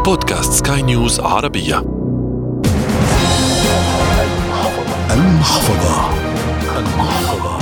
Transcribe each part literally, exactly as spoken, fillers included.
بودكاست سكاي نيوز عربية. المحفظة. المحفظة.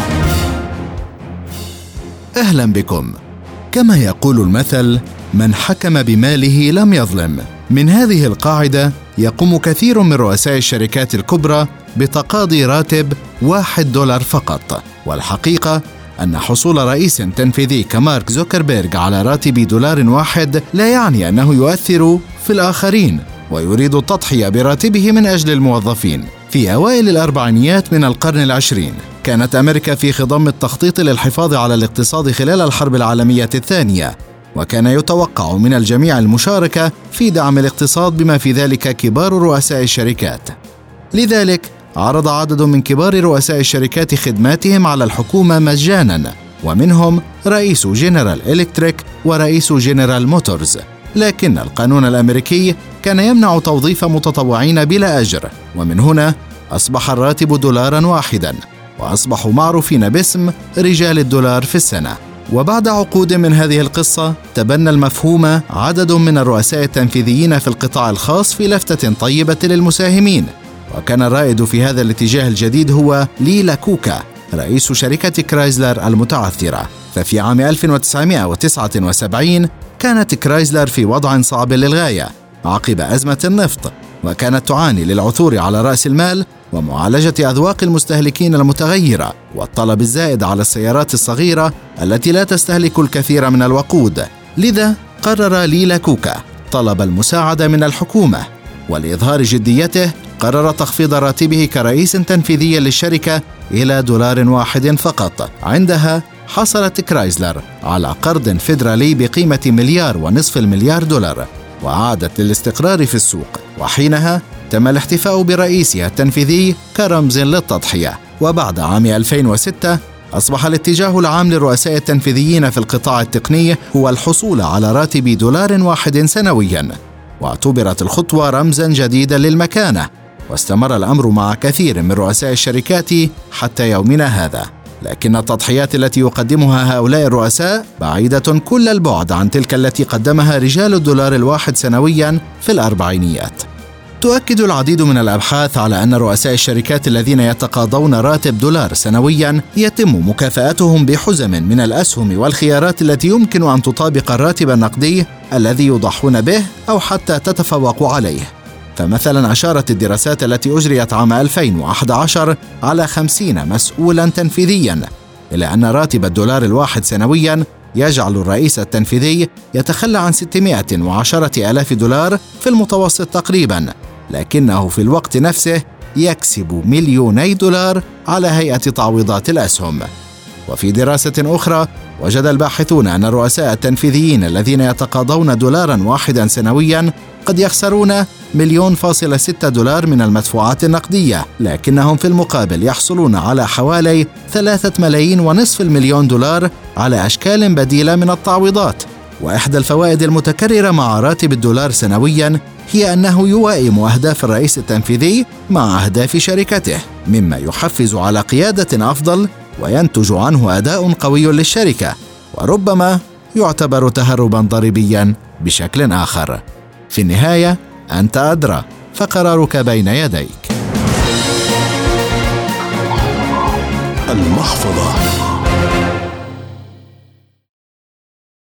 أهلا بكم. كما يقول المثل: من حكم بماله لم يظلم. من هذه القاعدة يقوم كثير من رؤساء الشركات الكبرى بتقاضي راتب واحد دولار فقط، والحقيقة أن حصول رئيس تنفيذي كمارك زوكربيرغ على راتب دولار واحد لا يعني أنه يؤثر في الآخرين ويريد التضحية براتبه من أجل الموظفين. في أوائل الأربعينيات من القرن العشرين كانت أمريكا في خضم التخطيط للحفاظ على الاقتصاد خلال الحرب العالمية الثانية، وكان يتوقع من الجميع المشاركة في دعم الاقتصاد بما في ذلك كبار رؤساء الشركات. لذلك عرض عدد من كبار رؤساء الشركات خدماتهم على الحكومة مجاناً، ومنهم رئيس جنرال إلكتريك ورئيس جنرال موتورز. لكن القانون الأمريكي كان يمنع توظيف متطوعين بلا أجر، ومن هنا أصبح الراتب دولارا واحدا، وأصبحوا معروفين باسم رجال الدولار في السنة. وبعد عقود من هذه القصة تبنى المفهوم عدد من الرؤساء التنفيذيين في القطاع الخاص في لفتة طيبة للمساهمين، وكان الرائد في هذا الاتجاه الجديد هو لي لاكوكا رئيس شركة كرايزلر المتعثرة. ففي عام ألف وتسعمائة وتسعة وسبعين كانت كرايزلر في وضع صعب للغاية عقب أزمة النفط، وكانت تعاني للعثور على رأس المال ومعالجة أذواق المستهلكين المتغيرة والطلب الزائد على السيارات الصغيرة التي لا تستهلك الكثير من الوقود. لذا قرر لي لاكوكا طلب المساعدة من الحكومة، ولإظهار جديته قرر تخفيض راتبه كرئيس تنفيذي للشركة إلى دولار واحد فقط. عندها حصلت كرايزلر على قرض فيدرالي بقيمة مليار ونصف المليار دولار، وعادت للاستقرار في السوق، وحينها تم الاحتفاء برئيسها التنفيذي كرمز للتضحية. وبعد عام ألفين وستة أصبح الاتجاه العام للرؤساء التنفيذيين في القطاع التقني هو الحصول على راتب دولار واحد سنويا، واعتبرت الخطوة رمزا جديدا للمكانة، واستمر الأمر مع كثير من رؤساء الشركات حتى يومنا هذا. لكن التضحيات التي يقدمها هؤلاء الرؤساء بعيدة كل البعد عن تلك التي قدمها رجال الدولار الواحد سنويا في الأربعينيات. تؤكد العديد من الأبحاث على أن رؤساء الشركات الذين يتقاضون راتب دولار سنويا يتم مكافأتهم بحزم من الأسهم والخيارات التي يمكن أن تطابق الراتب النقدي الذي يضحون به أو حتى تتفوق عليه. فمثلا أشارت الدراسات التي أجريت عام ألفين وأحد عشر على خمسين مسؤولا تنفيذيا إلى أن راتب الدولار الواحد سنويا يجعل الرئيس التنفيذي يتخلى عن ستمائة وعشرة آلاف دولار في المتوسط تقريبا، لكنه في الوقت نفسه يكسب مليوني دولار على هيئة تعويضات الأسهم. وفي دراسة أخرى وجد الباحثون أن الرؤساء التنفيذيين الذين يتقاضون دولارا واحدا سنويا قد يخسرون مليون فاصلة ستة دولار من المدفوعات النقدية، لكنهم في المقابل يحصلون على حوالي ثلاثة ملايين ونصف المليون دولار على أشكال بديلة من التعويضات. وإحدى الفوائد المتكررة مع راتب الدولار سنويا هي أنه يوائم أهداف الرئيس التنفيذي مع أهداف شركته، مما يحفز على قيادة أفضل وينتج عنه أداء قوي للشركة، وربما يعتبر تهربا ضريبيا بشكل آخر. في النهاية أنت أدرى، فقرارك بين يديك. المحفظة.